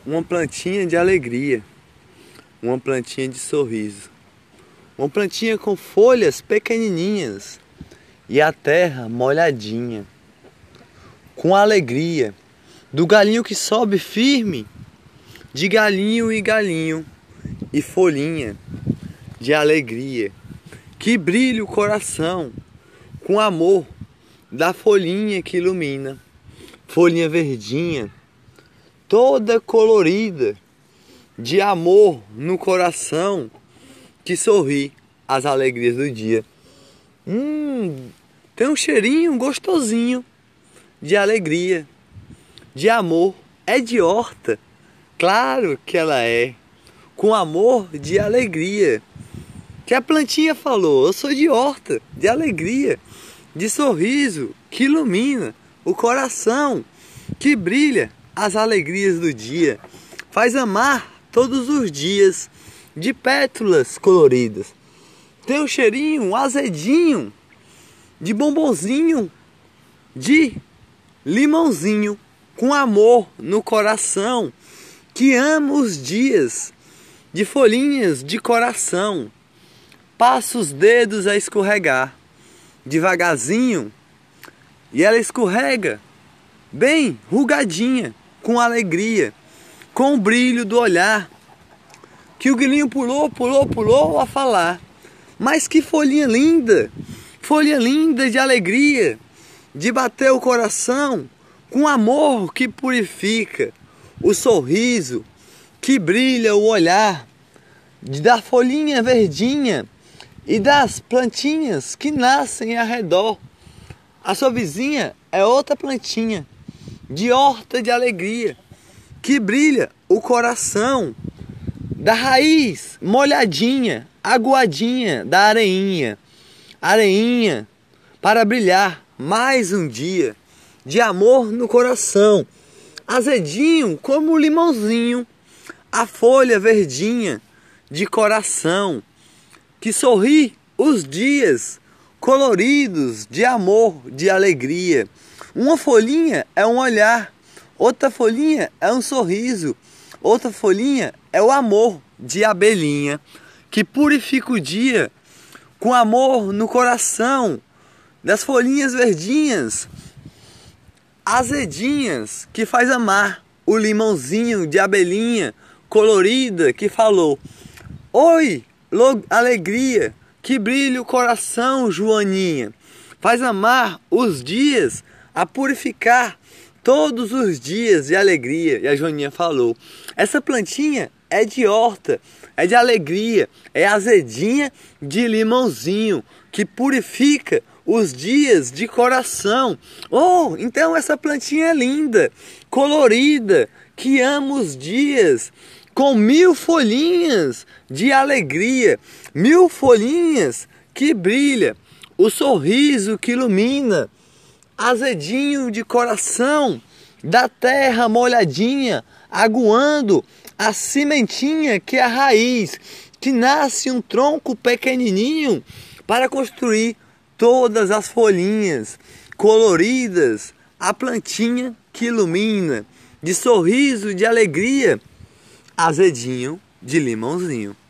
Uma plantinha de alegria, uma plantinha de sorriso, uma plantinha com folhas pequenininhas e a terra molhadinha, com alegria do galinho que sobe firme, de galinho e folhinha de alegria, que brilha o coração com amor da folhinha que ilumina, folhinha verdinha, toda colorida, de amor no coração, que sorri às alegrias do dia. Tem um cheirinho gostosinho de alegria, de amor. É de horta, claro que ela é, com amor de alegria. Que a plantinha falou: eu sou de horta, de alegria, de sorriso que ilumina o coração, que brilha as alegrias do dia, faz amar todos os dias, de pétalas coloridas. Tem um cheirinho azedinho, de bombonzinho, de limãozinho, com amor no coração, que ama os dias, de folhinhas de coração. Passa os dedos a escorregar, devagarzinho, e ela escorrega, bem rugadinha, com alegria, com o brilho do olhar, que o grilinho pulou a falar. Mas que folhinha linda de alegria, de bater o coração, com amor que purifica, o sorriso que brilha o olhar, da folhinha verdinha e das plantinhas que nascem ao redor. A sua vizinha é outra plantinha, de horta de alegria, que brilha o coração, da raiz molhadinha, aguadinha da areinha, areinha para brilhar mais um dia, de amor no coração, azedinho como o limãozinho, a folha verdinha de coração, que sorri os dias coloridos de amor, de alegria. Uma folhinha é um olhar, outra folhinha é um sorriso, outra folhinha é o amor de abelhinha, que purifica o dia com amor no coração, das folhinhas verdinhas, azedinhas, que faz amar o limãozinho de abelhinha colorida, que falou: oi, alegria, que brilha o coração, Joaninha, faz amar os dias, a purificar todos os dias de alegria. E a Joaninha falou: essa plantinha é de horta, é de alegria, é azedinha de limãozinho, que purifica os dias de coração. Oh, então essa plantinha é linda, colorida, que ama os dias, com 1000 folhinhas de alegria, 1000 folhinhas que brilha, o sorriso que ilumina, azedinho de coração, da terra molhadinha, aguando a sementinha que é a raiz, que nasce um tronco pequenininho para construir todas as folhinhas coloridas, a plantinha que ilumina, de sorriso, de alegria, azedinho de limãozinho.